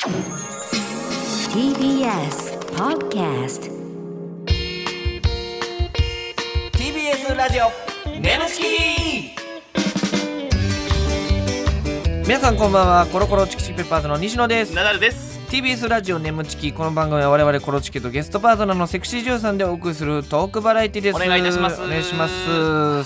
TBS Podcast TBS ラジオネムチキ。皆さんこんばんは。コロコロチキチキペッパーズの西野です。 ナダルです。 TBS ラジオネムチキ。この番組は我々コロチキとゲストパートナーのセクシージュンさんでお送りするトークバラエティです。 お願いいたします。 お願いします。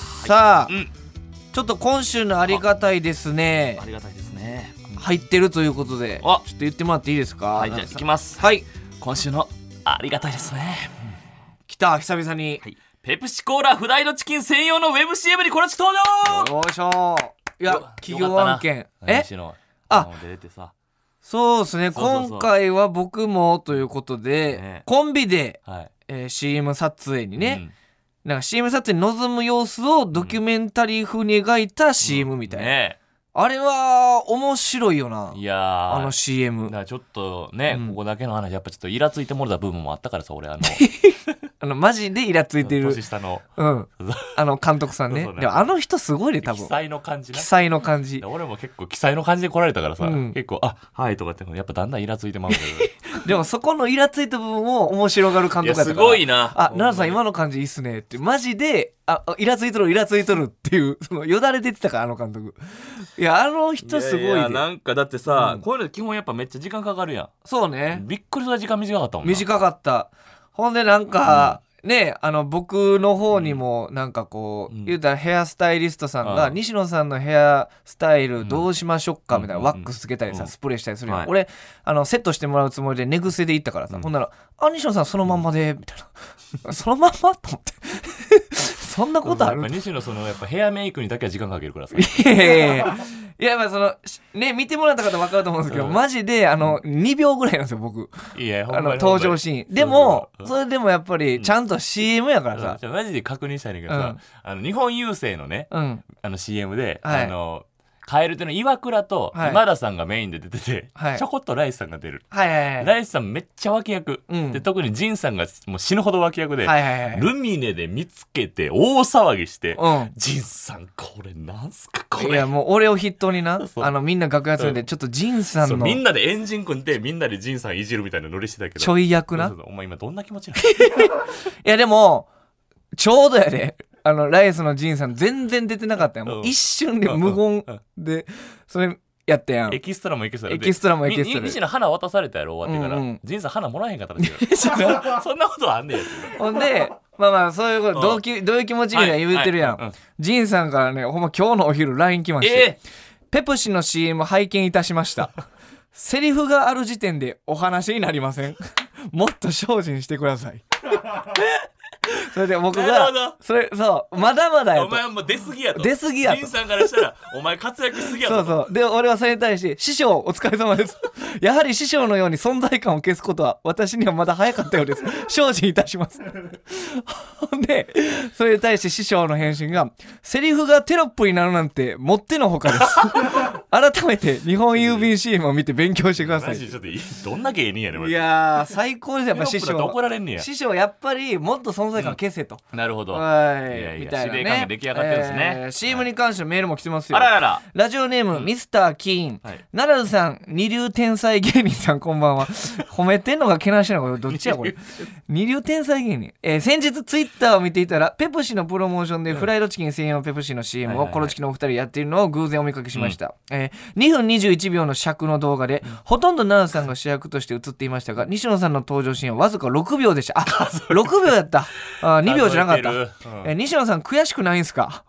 さあ、 うん、 ちょっと今週のありがたいですね。 ありがたいですね。 入ってるということで、ちょっと言ってもらっていいですか。 はい、じゃあいきます。 はい、 今週のありがたいですね。 来た、久々に、 はい、ペプシコーラフライドチキン専用のウェブ CM にコロチキ登場。 よいしょ。いや、企業案件。 出てさ、 そうですね。 そうそうそう、 今回は僕もということで、 ね、 コンビで、 はい、 CM 撮影にね、なんか CM 撮影に臨む様子をドキュメンタリー風に描いた CM みたいな、 ね、 あれは面白いよな。 いやあの CM だからちょっとね、ここだけの話、やっぱちょっとイラついてもらった部分もあったからさ、俺マジでイラついてる年下の、 監督さんね。 そうそう、 でもあの人すごいね、多分記載の感じな。 記載の感じ。 俺も結構記載の感じで来られたからさ、結構はいとかってやっぱだんだんイラついてまうけどでもそこのイラついた部分を面白がる監督やったから、 すごいな。 奈良さん今の感じいいっすねってマジでイラついとるっていう、そのよだれ出てたから、あの監督。いや、あの人すごいで。 いやなんかだってさ、こういうの基本やっぱめっちゃ時間かかるやん。 そうね、 びっくりする時間短かったもんな。 短かった。ほんでなんか、ね、僕の方にもなんかこう、言うたらヘアスタイリストさんが、西野さんのヘアスタイルどうしましょうかみたいな、ワックスつけたりさ、スプレーしたりするやん、俺セットしてもらうつもりで寝癖で行ったからさ、ほんなら西野さんそのまんまでみたいなそのまんまと思ってそんなことある。 やっぱ西野やっぱヘアメイクにだけは時間かけるからさ。 いや、まあそのね、見てもらった方分かると思うんですけど、マジで2秒ぐらいなんですよ僕。 いや、 登場シーンでも、それでもやっぱりちゃんと CM やからさ、 マジで確認したいんだけどさ、日本郵政のね、CM で、カエルテの岩倉と今田さんがメインで出てて、ちょこっとライスさんが出る。ライスさんめっちゃ脇役、で特にジンさんがもう死ぬほど脇役で、ルミネで見つけて大騒ぎして、ジンさんこれなんすかこれ。 いや、もう俺を筆頭にな、みんな楽屋集めてちょっとジンさんのみんなでエンジン組んでみんなでジンさんいじるみたいなノリしてたけど、 ちょい役な。 お前今どんな気持ちなのいやでもちょうどやで、ライスのジンさん全然出てなかったやん。もう一瞬で無言でそれやったやん。 エキストラも西野花渡されたやろ終わってから、ジンさん花もらえへんかったらしいそんなことはあんねや。 ほんでまあそういうこと、どういう気持ちみたいな言うてるやん。ジンさんからね、ほんま今日のお昼 LINE 来まして、ペプシの CM 拝見いたしましたセリフがある時点でお話になりませんもっと精進してくださいそれで僕がまだまだやと、 お前はもう出過ぎやと。 ジンさんからしたらお前活躍しすぎやと。 そうで俺はそれに対して、師匠お疲れ様ですやはり師匠のように存在感を消すことは私にはまだ早かったようです精進いたしますほんでそれに対して師匠の返信が、セリフがテロップになるなんてもってのほかです改めて日本郵便 CM を見て勉強してください。 マジちょっとどんな芸人やねん。 いやー最高ですやっぱ師匠。 怒られんねや。 師匠やっぱりもっと存在感消せと、 なるほど。 みたいなね。 司令官が出来上がってるんですね。 CM に関してのメールも来てますよ。 あらら。 ラジオネーム、ミスター・キーン。ナダルさん、二流天才芸人さんこんばんは。褒めてんのかけなしてんのかどっちやこれ。二流天才芸人。先日ツイッターを見ていたら、ペプシのプロモーションでフライドチキン専用ペプシの CM をコロチキのお二人やっているのを偶然お見かけしました。2分21秒の尺の動画で、ほとんどナダルさんが主役として映っていましたが、西野さんの登場シーンはわずか6秒でした。6秒やった。2秒じゃなかった。西野さん悔しくないんすか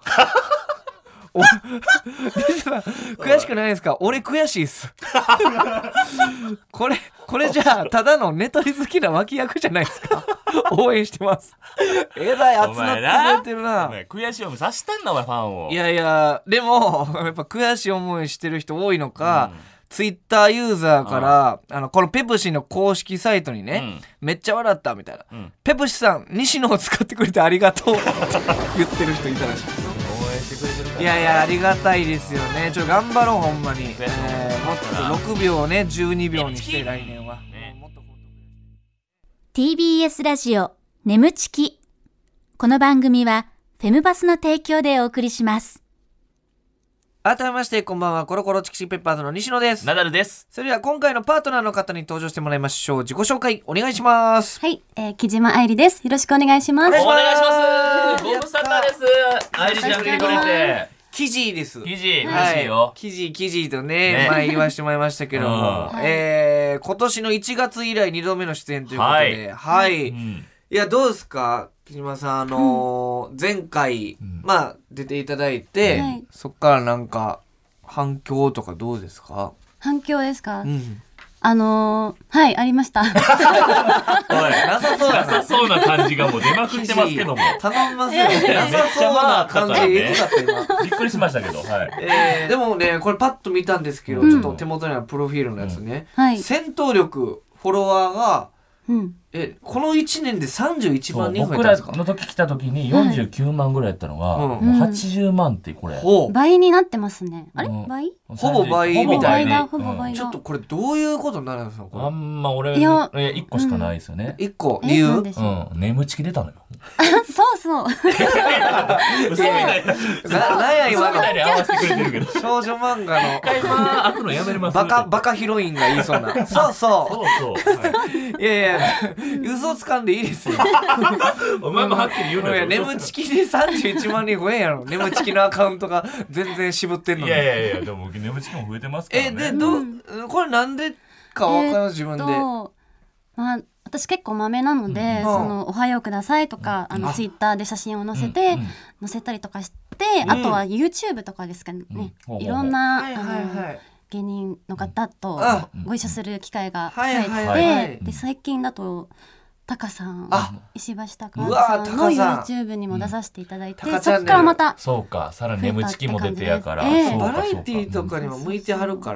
西野さん悔しくないんすか。俺悔しいっすこれじゃあただのネトリ好きな脇役じゃないですか応援してます。えらい集まってくれてるな。 お前悔しい思いさせたんだお前ファンを。 いやでもやっぱ悔しい思いしてる人多いのか、ツイッターユーザーからこのペプシの公式サイトにね、めっちゃ笑ったみたいな、ペプシさん西野を使ってくれてありがとうって言ってる人いたらしい。 応援してくれてるから、 いやありがたいですよね。頑張ろうほんまに、もっと6秒をね12秒にして来年は、 TBS ラジオ眠ちき。この番組はフェムバスの提供でお送りします。 改めましてこんばんは、コロコロチキチキペッパーズの西野です。 ナダルです。 それでは今回のパートナーの方に登場してもらいましょう。自己紹介お願いします。 はい、木島愛理です。よろしくお願いします。 お願いします。ご無沙汰です。愛理ちゃん来てくれて。 キジです。 キジ、嬉しいよ。 キジとね、前言わせてもらいましたけども、今年の1月以来2度目の出演ということで、はい。いや、どうですか木島さん、前回、出ていただいて、そっからなんか反響とかどうですか？ 反響ですか？はい、ありました。なさそうな感じがもう出まくってますけども。 頼みますよ。なさそうな感じびっくりしましたけど。 でもね、これパッと見たんですけど、ちょっと手元にあるプロフィールのやつね。戦闘力、フォロワーが、この1年で31万人増えたんですか？ 僕らの時来た時に49万ぐらいやったのが、もう80万ってこれ。 倍になってますね。あれ倍？ ほぼ倍みたいな。 ほぼ倍だ。 ちょっとこれどういうことになるんですか？ あんま俺1個しかないですよね。 1個理由？ 眠ちき出たのよ。 そう。 嘘みたいな。 なんや今の。 合わせてくれてるけど。 少女漫画の。 開くのやめれます。 バカヒロインが言いそうな。そう。いや嘘つかんでいいですよ。 お前もはっきり言うのよ。 眠ちきで31万人増えんやろ。眠ちきのアカウントが全然渋ってんのに。 いやでも眠ちきも増えてますからね。 でこれなんでか分かります自分で。 私結構マメなので、おはようくださいとかツイッターで写真を載せて載せたりとかして、あとは YouTube とかですかね。いろんな芸人の方とご一緒する機会が増えて、で最近だとタカさん、石橋タカさんの YouTube にも出させていただいて、そっからまたそうか、さらに眠ちきも出てやから、 バラエティーとかにも向いてはるから、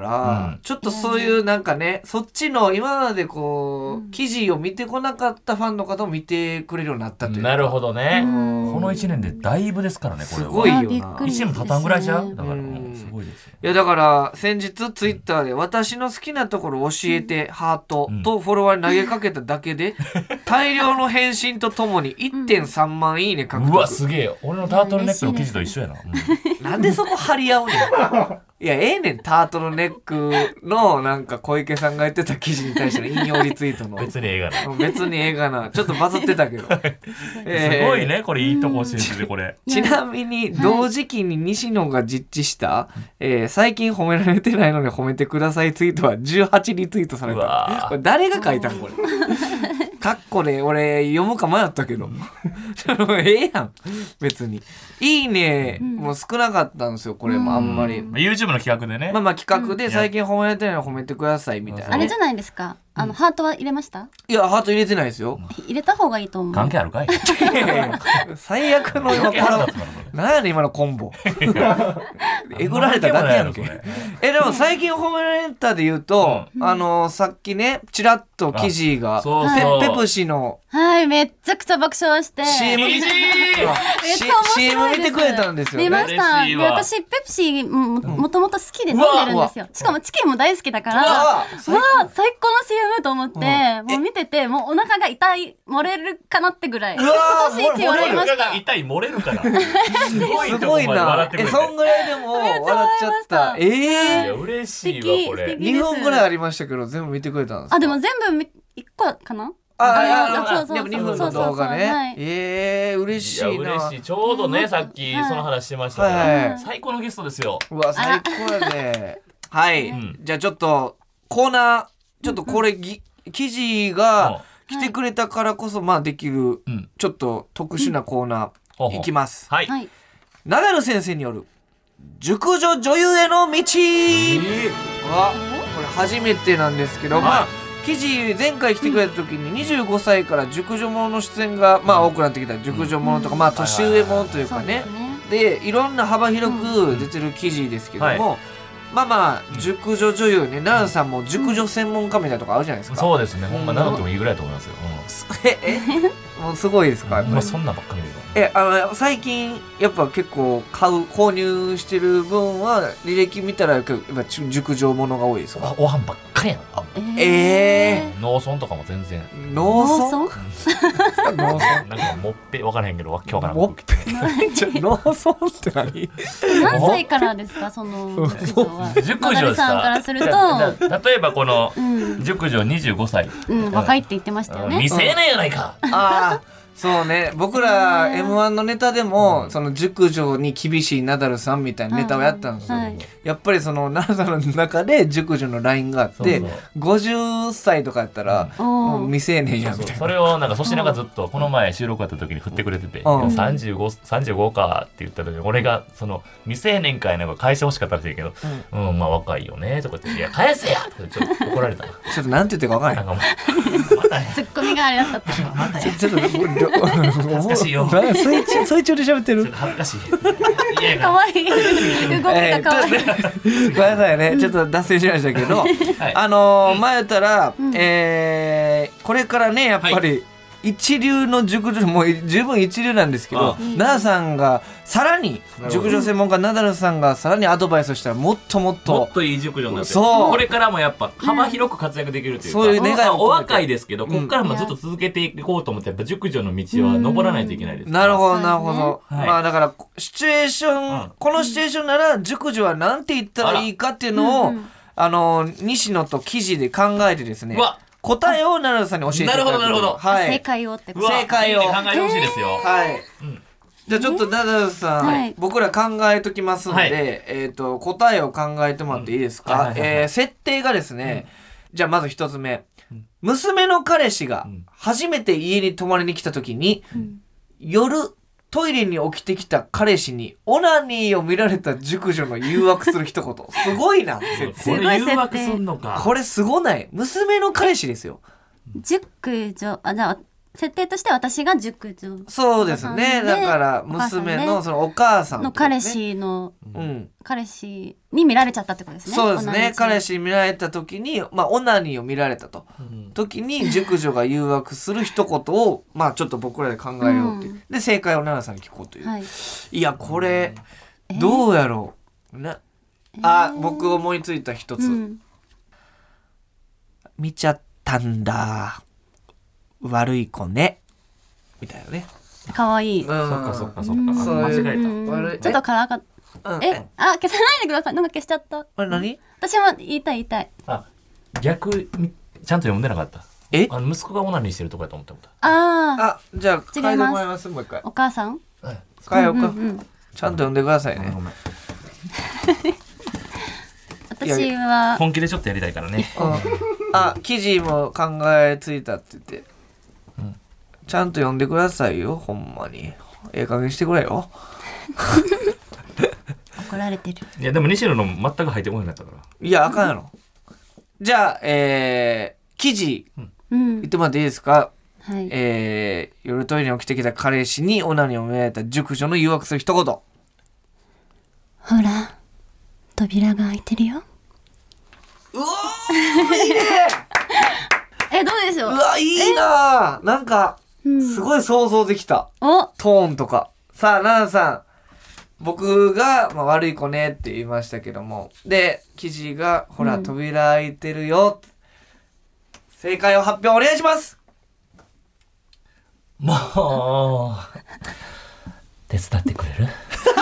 ちょっとそういうなんかね、そっちの今までこう記事を見てこなかったファンの方も見てくれるようになったというか。 なるほどね。この1年でだいぶですからね、これは。 すごいよな。 1年も経たんぐらいじゃん。だからすごいですよ。 いやだから先日ツイッターで私の好きなところ教えてハートとフォロワーに投げかけただけで大量の返信とともに 1.3 万いいね獲得。 うわすげえ。俺のタートルネックの記事と一緒やな。 なんでそこ張り合うねん。いやねん、タートルネックのなんか小池さんが言ってた記事に対しての引用リツイートの別に映画なちょっとバズってたけどすごいね、これいいとこ教えててこれ。 ちなみに同時期に西野が実地した、最近褒められてないので褒めてくださいツイートは18リツイートされた。これ誰が書いたんこれ。カッコで俺読むか迷ったけどやん別に。いいねもう少なかったんですよこれもあんまり。 YouTube の企画でね。 企画で最近褒められてないの褒めてくださいみたいな、ね。 あれじゃないですか。ハートは入れました？ いやハート入れてないですよ。 入れた方がいいと思う。 関係あるかい？ 最悪の今何やねん今のコンボ。えぐられただけやんけ。でも最近褒められたで言うと、さっきねチラッと記事がペプシのめっちゃくちゃ爆笑して CM 見てくれたんですよね。 見ました。で私ペプシもともと好きで飲んでるんですよ。しかもチキンも大好きだから最高の CMと思って、もう見ててもうお腹が痛い漏れるかなってぐらい今年って言われました。 痛い漏れるかな。すごいな。そんぐらいでも笑っちゃった。 いや嬉しいわこれ。 2分ぐらいありましたけど全部見てくれたんですか？ でも全部1個かな。 でも2分の動画ね。嬉しいな。 嬉しい。ちょうどねさっきその話してましたから最高のゲストですよ。 うわ最高やね。はい、じゃあちょっとコーナーちょっとこれ記事が来てくれたからこそできるちょっと特殊なコーナーいきます。ナダル先生による熟女女優への道。これ初めてなんですけど、記事前回来てくれた時に25歳から熟女ものの出演が多くなってきた。熟女ものとか年上ものというかね、でいろんな幅広く出てる記事ですけども、熟女女優ね、ナダルさんも熟女専門家みたいなとこあるじゃないですか。 そうですね。ほんま名乗ってもいいぐらいだと思いますよ。 もうすごいですか？ そんなばっかり見る最近やっぱ結構購入してる分は履歴見たらやっぱ熟女ものが多いですか？ おはんばっかりやな。農村とかも全然。 農村？ なんかもっぺ分からへんけどわけわからん。 もっぺ。農村って何？ 何歳からですかその熟女は？ 熟女ですか？ さんからすると例えばこの熟女25歳。 若いって言ってましたよね。 未成年やないか。 ああ。そうね、僕ら M1 のネタでもその熟女に厳しいナダルさんみたいなネタをやったんですよ、やっぱりそのナダルの中で熟女のラインがあって50歳とかやったらもう未成年やみたいな。 それをなんか粗品がずっとこの前収録やった時に振ってくれてて35かって言った時に俺がその未成年かいなんか返してほしかったらしいけどまあ若いよねとか言っていや返せやとかちょっと怒られたな。 ちょっとなんて言ってか分からない。 ツッコミがあれだったってちょっと恥ずかしいよ。 水中で喋ってる。 恥ずかしい。 可愛い動きが可愛い。 ごめんなさいね、ちょっと脱線しましたけど、前やったら、これからねやっぱり一流の熟女もう十分一流なんですけど、ナダルさんがさらに熟女専門家ナダルさんがさらにアドバイスしたらもっといい熟女になって、 そうこれからもやっぱ幅広く活躍できるというか、 そういう願いをお若いですけどここからもずっと続けていこうと思ってやっぱ熟女の道は登らないといけないです。 なるほどなるほど、まあだからシチュエーション、このシチュエーションなら熟女はなんて言ったらいいかっていうのを西野と記事で考えてですね、答えをナダルさんに教えていただく。 なるほど、 正解をって正解を考えてほしいですよ。 はい、じゃあちょっとナダルさん、僕ら考えときますんで、答えを考えてもらっていいですか？設定がですね、じゃあまず一つ目、娘の彼氏が初めて家に泊まりに来た時に、夜トイレに起きてきた彼氏にオナニーを見られた熟女の誘惑する一言。すごいな。 これ誘惑すんのか。 これすごない？娘の彼氏ですよ。 熟女、じゃあ設定として私が熟女。 そうですね。だから娘のそのお母さんの彼氏の彼氏に見られちゃったってことですね。 そうですね。彼氏に見られた時にオナニーを見られたと時に熟女が誘惑する一言をちょっと僕らで考えようっていう、で正解を奈々さんに聞こうという、いやこれどうやろうな。僕思いついた一つ、見ちゃったんだ悪い子ねみたいなね。 可愛い。 そっか間違えた。ちょっと辛かった。消さないでください。なんか消しちゃった。 あれ何？ 私も言いたい。 逆ちゃんと読んでなかった。息子がオナニーしてるとこやと思った。 じゃあ変えてもらいます。もう一回。 お母さん？ 変えようか。ちゃんと読んでくださいね。 私は本気でちょっとやりたいからね。 記事も考えついたって言って、ちゃんと読んでくださいよ。ほんまに加減してくれよ。 怒られてる。 いやでも西野の全く入ってこなかったから。 いやあかんやろ。じゃあ記事言ってもらっていいですか？夜トイレに起きてきた彼氏にオナニーを見られた熟女の誘惑する一言。 ほら扉が開いてるよ。 うわーいいね。 どうでしょう。 うわいいな。なんかすごい想像できた。トーンとか。さあ奈々さん、僕が、悪い子ねって言いましたけども、で記事がほら、扉開いてるよ。正解を発表お願いします。 もう手伝ってくれる？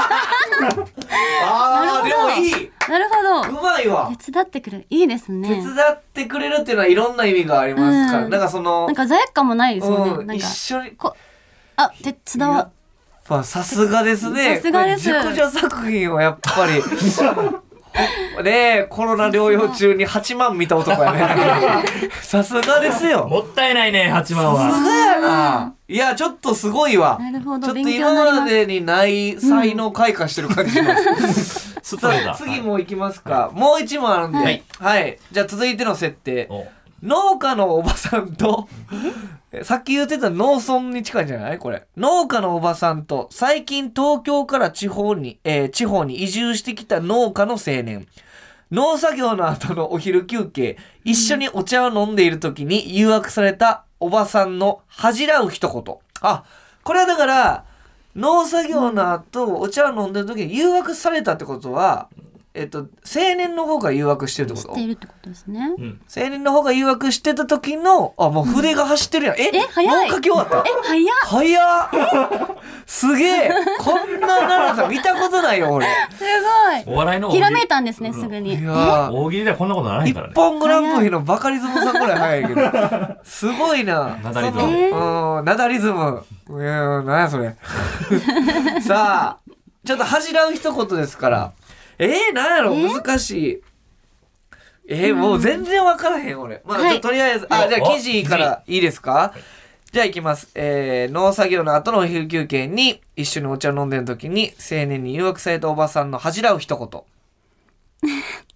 でもいい。 なるほど。 うまいわ。 手伝ってくれる。いいですね。 手伝ってくれるっていうのはいろんな意味がありますから、なんか罪悪感もないですよね。 一緒に手伝わ。 さすがですね。 さすがです。 熟女作品はやっぱりね、コロナ療養中に8万見た男やね。さすがですよ。 もったいないね8万は。 さすがやな。いやちょっとすごいわ。 なるほど。 ちょっと今までにない才能開花してる感じします。次もいきますか。もう一問あるんで、じゃあ続いての設定。農家のおばさんとさっき言ってた農村に近いんじゃない？これ農家のおばさんと最近東京から地方に移住してきた農家の青年。農作業の後のお昼休憩、一緒にお茶を飲んでいる時に誘惑されたおばさんの恥じらう一言。 あ、これはだから農作業の後、お茶を飲んでる時に誘惑されたってことは、青年の方が誘惑してるってこと？ してるってことですね。 青年の方が誘惑してた時の、もう筆が走ってるやん。 早い。 もう書き終わった。早っ。すげえ。こんな奈良さん見たことないよ俺。 すごい。 お笑いのひらめいたんですね、すぐに。 大喜利ではこんなことないからね。 一本グランプリのバカリズムさんぐらい早いけど。すごいな。 ナダリズム。 ナダリズム。いや、なんやそれ。さあ、ちょっと恥じらう一言ですから。なんやろ、難しい。もう全然分からへん俺。まあ、とりあえず、じゃあ記事からいいですか？じゃあいきます。農作業の後のお昼休憩に一緒にお茶を飲んでる時に青年に誘惑されたおばさんの恥じらう一言。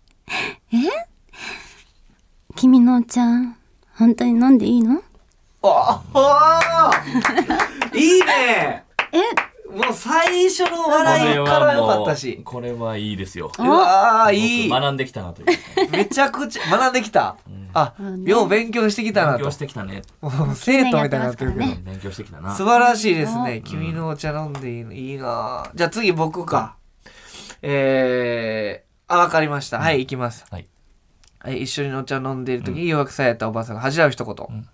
君のお茶本当に飲んでいいの？ いいね。もう最初の笑いから良かったし。 これはいいですよ。 うわー、いい。 学んできたなという。 めちゃくちゃ学んできた。よう勉強してきたなと。 勉強してきたね。 もう生徒みたいになってるけど。 勉強してきたな。 素晴らしいですね。君のお茶飲んでいいな。じゃあ次僕か。わかりました。はい、行きます。はい。一緒にお茶飲んでいる時に誘惑されたおばさんが恥じらう一言。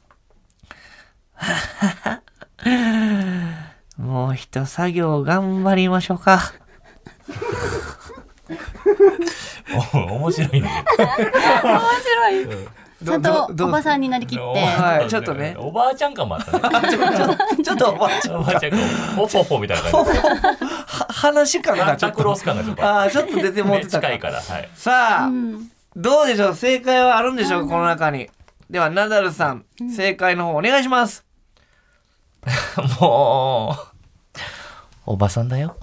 もう一作業頑張りましょうか。 面白いね。 面白い。ちゃんとおばさんになりきって。 はい、ちょっとね。 おばあちゃん感もあったね。 ちょっとおばあちゃん。 おばあちゃん感。ポポポみたいな感じ。 話感がちょっと。クロス感がちょっと。 ちょっと出てもってた。 近いから。はい。 さあ、どうでしょう？正解はあるんでしょうか、この中に。ではナダルさん、正解の方お願いします。 もうおばさんだよ。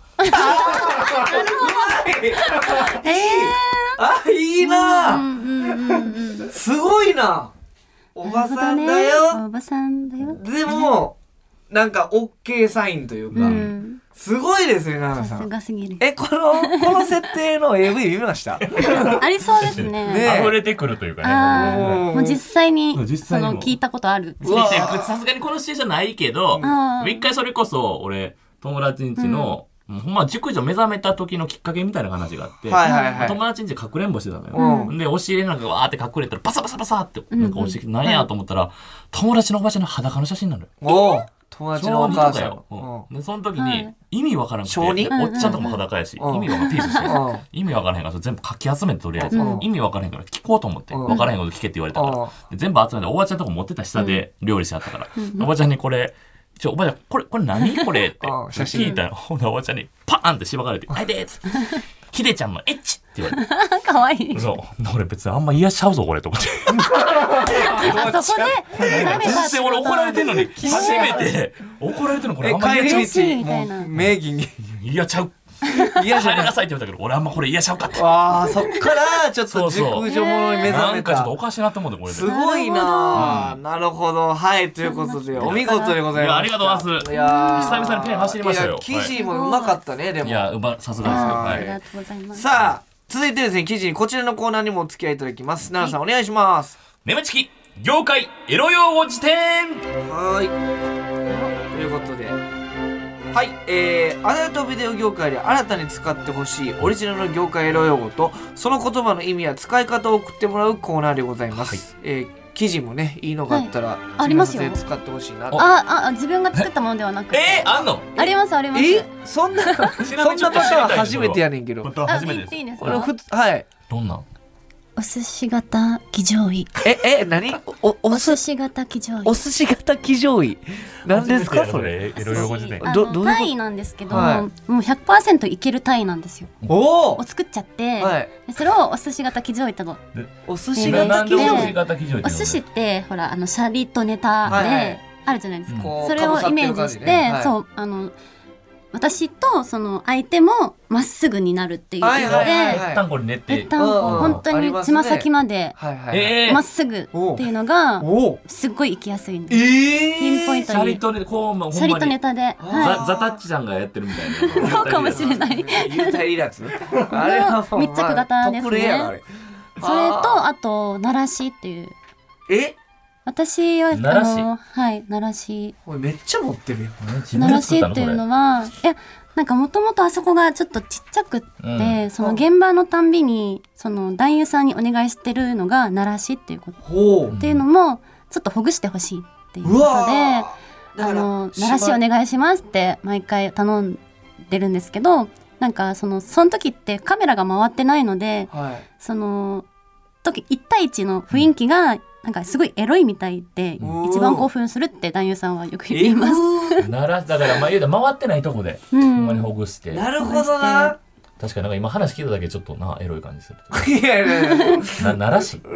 いいな。すごいな。おばさんだよ。 おばさんだよ。 でもなんか OK サインというか、すごいですね、奈々さん。 さすがすぎる。 この設定の AV 見ました？ ありそうですね。 溢れてくるというかね。 もう実際にその聞いたことある。 さすがにこのシチュエーションないけど、一回それこそ俺友達ん家のほんま熟女目覚めた時のきっかけみたいな話があって、友達ん家かくれんぼしてたのよ。で押し入れなんかわーって隠れたらバサバサバサってなんか押してきて何やと思ったら友達のおばちゃんの裸の写真なのよ。 友達のお母さん。でその時に意味わからんくて、おっちゃんとかも裸やし、意味わからんピースして、意味わからへんから全部かき集めてとりあえず意味わからへんから聞こうと思って、わからへんこと聞けって言われたから、全部集めておばちゃんとか持ってた下で料理してあったから、おばちゃんにこれおばちゃんこれ何これって聞いたら、ほんでおばちゃんにパーンってしばかれて、あいでーっつって。ひでちゃんのエッチって言われて。 かわいい。 そう。俺別にあんま癒しちゃうぞこれと思って。 そこで全然俺怒られてんのに初めて怒られてんのこれあんま帰り道みたいな。 名義に癒ちゃう。嫌じゃなさいって言われたけど、俺あんまこれ癒しちゃうかって。 そっからちょっと熟女ものに目覚めた。 なんかちょっとおかしいなと思ってこれで。 すごいな。なるほど。はい、ということでお見事でございます。 ありがとうございます。久々にペン走りましたよ。 生地もうまかったね。でもいやさすがですよ。 ありがとうございます。 さあ続いてですね、記事にこちらのコーナーにもお付き合いいただきます。奈々さんお願いします。 眠ちき業界エロ用語辞典。 はい。ということで。はい、アダルトビデオ業界で新たに使ってほしいオリジナルの業界エロ用語とその言葉の意味や使い方を送ってもらうコーナーでございます。記事もねいいのがあったら、 ありますよ。 使ってほしいな。 自分が作ったものではなくて。 あんの？ ありますあります。 そんなパターン初めてやねんけど。 初めてです。 いいですか？はい。 どんな？ お寿司型騎乗位。 何？ お寿司型騎乗位。 お寿司型騎乗位。何ですかそれ？ エロ用語辞典。 単位なんですけど、もう 100% いける単位なんですよ。を作っちゃって、それをお寿司型騎乗位っての。 お寿司型騎乗位。 お寿司ってほらシャリとネタであるじゃないですか。それをイメージして、そう私とその相手もまっすぐになるっていう意味で、 ぺったんこに練って、 本当につま先までまっすぐっていうのがすっごい行きやすいんです。ピンポイントに。 シャリとネタで。 ザタッチさんがやってるみたいな。 そうかもしれない。 幽体離脱。 あれは密着型ですね。それとあと鳴らしっていう。 私は奈良市はい奈良市。 これめっちゃ持ってるよ。 奈良市っていうのはいやなんかもともとあそこがちょっとちっちゃくって、その現場のたんびにその男優さんにお願いしてるのが奈良市っていうことっていうのもちょっとほぐしてほしいっていうことで、奈良市お願いしますって毎回頼んでるんですけど、なんかその時ってカメラが回ってないので、その時1対1の雰囲気がなんかすごいエロいみたいで一番興奮するって男優さんはよく言います。 だから回ってないとこでほんまにほぐして。 なるほどな。 確かになんか今話聞いただけちょっとエロい感じする。 いや奈良市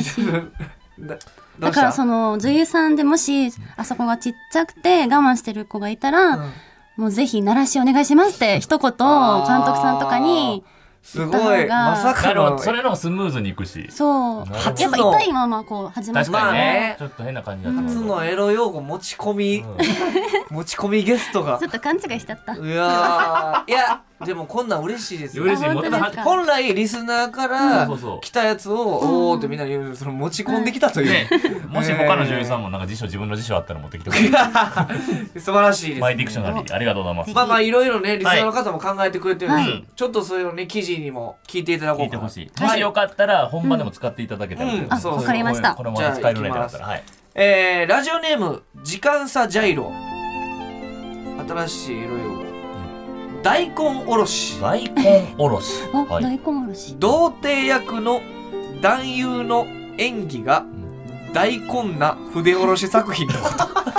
だからその女優さんでもしあそこがちっちゃくて我慢してる子がいたら、もうぜひ奈良市お願いしますって一言監督さんとかにすごいまさかのそれのスムーズにいくし、 そうやっぱ痛いままこう始まったらね、ちょっと変な感じだった初のエロ用語持ち込みゲストがちょっと勘違いしちゃった。 いやでもこんなん嬉しいですよ。 嬉しい。 本来リスナーから来たやつをおーってみんなにその持ち込んできたという、 もし他の女優さんもなんか自分の辞書あったら持ってきてくれ素晴らしいです。 マイディクショナリーありがとうございます。 まあいろいろねリスナーの方も考えてくれてるんですよ。ちょっとそういうのね記事にも聞いていただこうかな。 聞いてほしい。もしよかったら本番でも使っていただけたら。 わかりました。 このまま使えるねだったら。 ラジオネーム時間差ジャイロ。新しいエロ用語。大根おろし。 大根おろし。 大根おろし。 童貞役の男優の演技が大根な筆おろし作品のこと。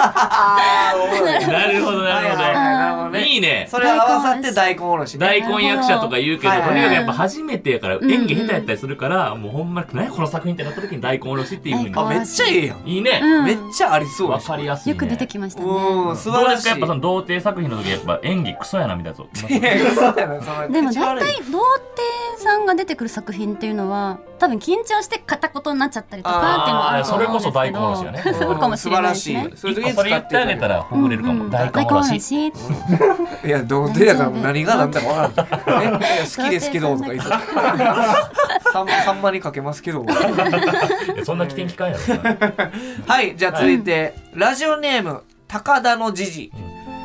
なるほど。いいね。 それ合わさって大根おろし。 大根役者とか言うけど、とにかくやっぱ初めてやから演技下手やったりするから、もうほんまに何この作品ってなった時に大根おろしっていう風に。 めっちゃいいやん。 いいね。 めっちゃありそう。 わかりやすい。 よく出てきましたね。 素晴らしい。 やっぱその童貞作品の時やっぱ演技クソやなみたいな。 でも大体童貞さんが出てくる作品っていうのは多分緊張して片言になっちゃったりとかっていうのはあると思うんですけど、 それこそ大根おろしやね。 そうかもしれないですね。 それ言ってあげたらほぐれるかも。大根おろし。 いや童貞やから何が何だか分からん。好きですけどとか言ってさんまにかけますけど。 そんな起点機関やろ。 はい、じゃあ続いてラジオネーム高田のじじ。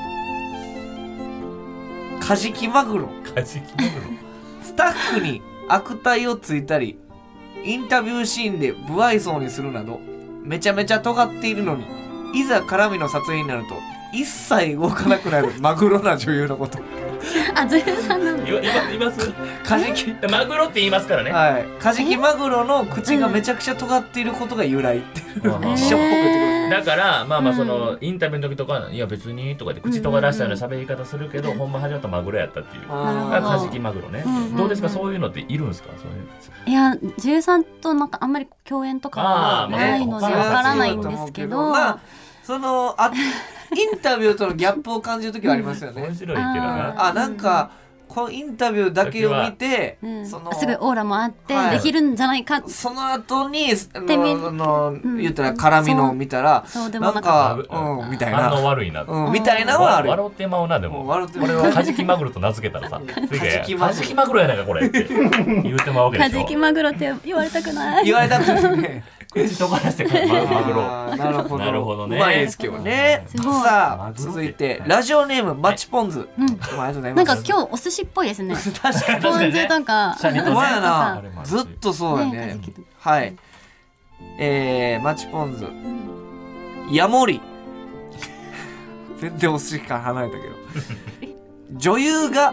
カジキマグロ。スタッフに悪態をついたりインタビューシーンで不愛想にするなどめちゃめちゃ尖っているのにいざ絡みの撮影になると一切動かなくなるマグロな女優のこと。 女優さんなんだ。 言いますカジキマグロって言いますからね。 はい、カジキマグロの口がめちゃくちゃ尖っていることが由来って一緒っぽく言ってくる。 だからまあそのインタビューの時とかいや別にとかで口尖らしたような喋り方するけど、ほんま始まったマグロやったっていうカジキマグロね。どうですか、そういうのっているんですか。 いや女優さんとなんかあんまり共演とかはないのでわからないんですけど、 そのインタビューとのギャップを感じる時はありますよね。 面白いけどな。 なんかこのインタビューだけを見て、 すごいオーラもあってできるんじゃないか、 その後に言ったら絡みのを見たらなんかみたいな反応悪いなみたいなのはある。 笑ってまうな。でも俺はカジキマグロと名付けたらさカジキマグロやないかこれって言うてまうわけでしょ。 カジキマグロって言われたくない。 言われたくないね。 口とがらしてマグロ。 なるほどね。 うまいですけどね。さあ続いてラジオネームマチポンズ。 なんか今日お寿司っぽいですね。 確かにポン酢とか。 ずっとそうだね。はい。マチポンズ。ヤモリ。全然お寿司から離れたけど。女優が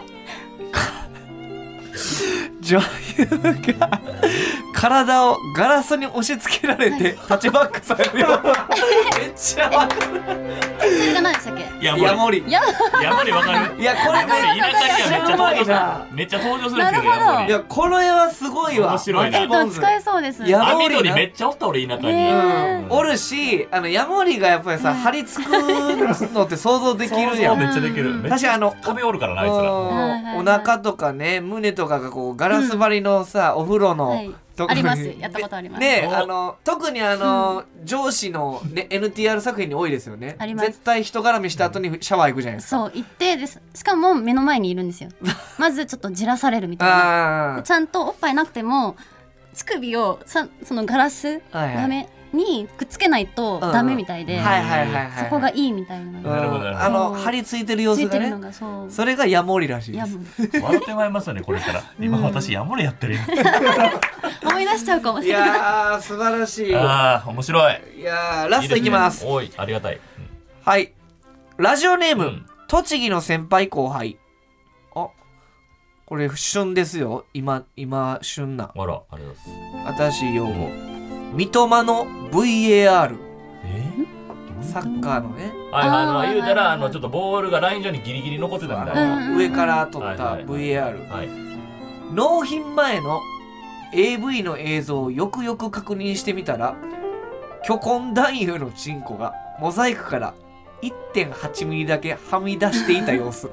体をガラスに押し付けられてタッチバックされるよ。めっちゃわかる。 それが何でしたっけ。 ヤモリ。 ヤモリわかる。 いやこれ田舎にはめっちゃ登場するんですけど。 いやこの絵はすごいわ。 面白いな。 使えそうです。 ヤモリめっちゃおった俺田舎に。 おるしヤモリがやっぱりさ張り付くのって想像できるやん。 めっちゃできる。 確かに壁おるからなあいつら。 お腹とかね胸とかがこうガラス張りのさお風呂のあります。やったことあります。 ね特に上司のね NTR 作品に多いですよね。絶対人絡みした後にシャワー行くじゃないですか。 そう行ってです。しかも目の前にいるんですよ。まずちょっとじらされるみたいな。ちゃんとおっぱいなくても乳首をそのガラス画面にくっつけないとダメみたいで、そこがいいみたいな。 なるほど。 張り付いてる様子がね、それがヤモリらしいです。 笑ってまいりますよね、これから。今私ヤモリやってるよ。 思い出しちゃうかもしれない。 いやー素晴らしい。 面白い。 いやーラストいきます。 おい、ありがたい。 はい、ラジオネーム、栃木の先輩後輩。これ旬ですよ。今旬な。 あら、ありがとうございます。 新しい用語。三笘の VAR。サッカーのね。 言うたらちょっとボールがライン上にギリギリ残ってたみたいな。 上から撮った VAR。納品前の AV の映像をよくよく確認してみたら、巨根男優のチンコがモザイクから 1.8 ミリだけはみ出していた様子。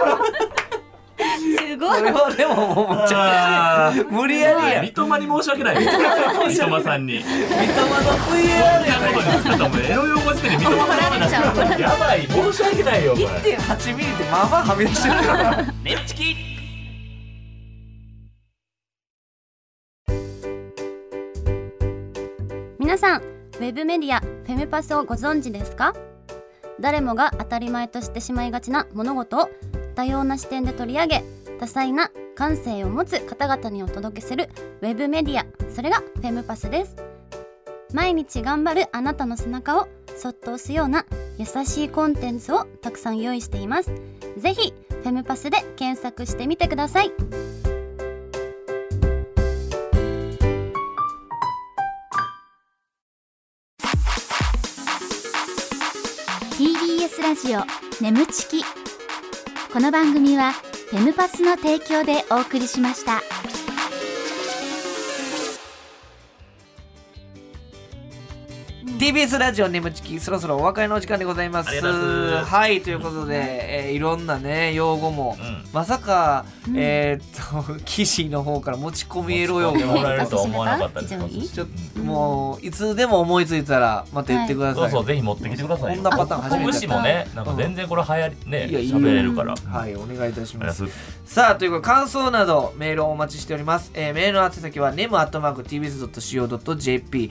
すごい。 これはでももうめっちゃ無理やりや。 三笘に申し訳ない。三笘さんに。 三笘の VAR やないか。 エロ用語時点で三笘さんやばい。申し訳ないよ。 1.8 ミリってまあまあはみ出してるから。 ネムチキ。 皆さん、ウェブメディアフェムパスをご存知ですか？誰もが当たり前としてしまいがちな物事を多様な視点で取り上げ、多彩な感性を持つ方々にお届けするウェブメディア、それがフェムパスです。毎日頑張るあなたの背中をそっと押すような優しいコンテンツをたくさん用意しています。ぜひフェムパスで検索してみてください。 TBS ラジオ眠ちき。この番組はフェムパスの提供でお送りしました。 TBS ラジオ眠ちき、そろそろお別れのお時間でございます。はい、ということで、いろんなね用語も、まさか、記事の方から持ち込みエロ用語もらえるとは思わなかったです。 ちょっともういつでも思いついたらまた言ってください。 そうぜひ持ってきてください。 こんなパターン初めて。 虫もね、なんか全然これ流行りね喋れるから。 はい、お願いいたします。さあ、ということで感想などメールをお待ちしております。メールの宛先は nemu@tbs.co.jp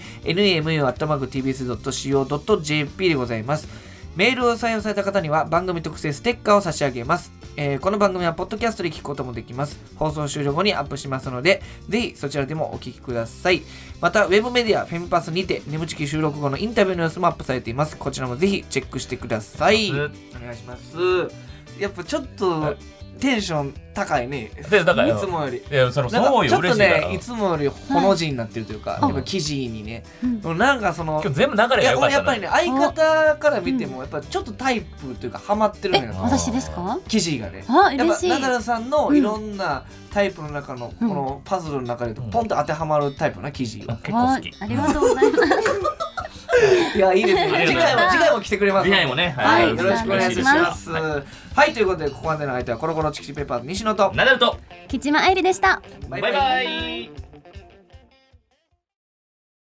nemu@tbs.co.jp でございます。メールを採用された方には番組特製ステッカーを差し上げます。この番組はポッドキャストで聞くこともできます。放送終了後にアップしますので、ぜひそちらでもお聞きください。またウェブメディアフェムパスにて眠ちき収録後のインタビューの様子もアップされています。こちらもぜひチェックしてください。お願いします。やっぱちょっとテンション高いね。いつもより。 いや、ちょっとね、いつもよりほの字になってるというか、やっぱ記事にね、なんかその今日全部流れが良かった。 やっぱりね、相方から見てもやっぱちょっとタイプというかハマってるんやな。 私ですか？ 記事がね。 やっぱナダルさんのいろんなタイプの中のこのパズルの中でポンと当てはまるタイプな記事が結構好き。 ありがとうございます。 いや、いいですね。次回も来てくれます。 次回もね、 はい、よろしくお願いします。はい、ということでここまでの相手はコロコロチキチペッパーズ西野とナダルと木島愛理でした。 バイバイ。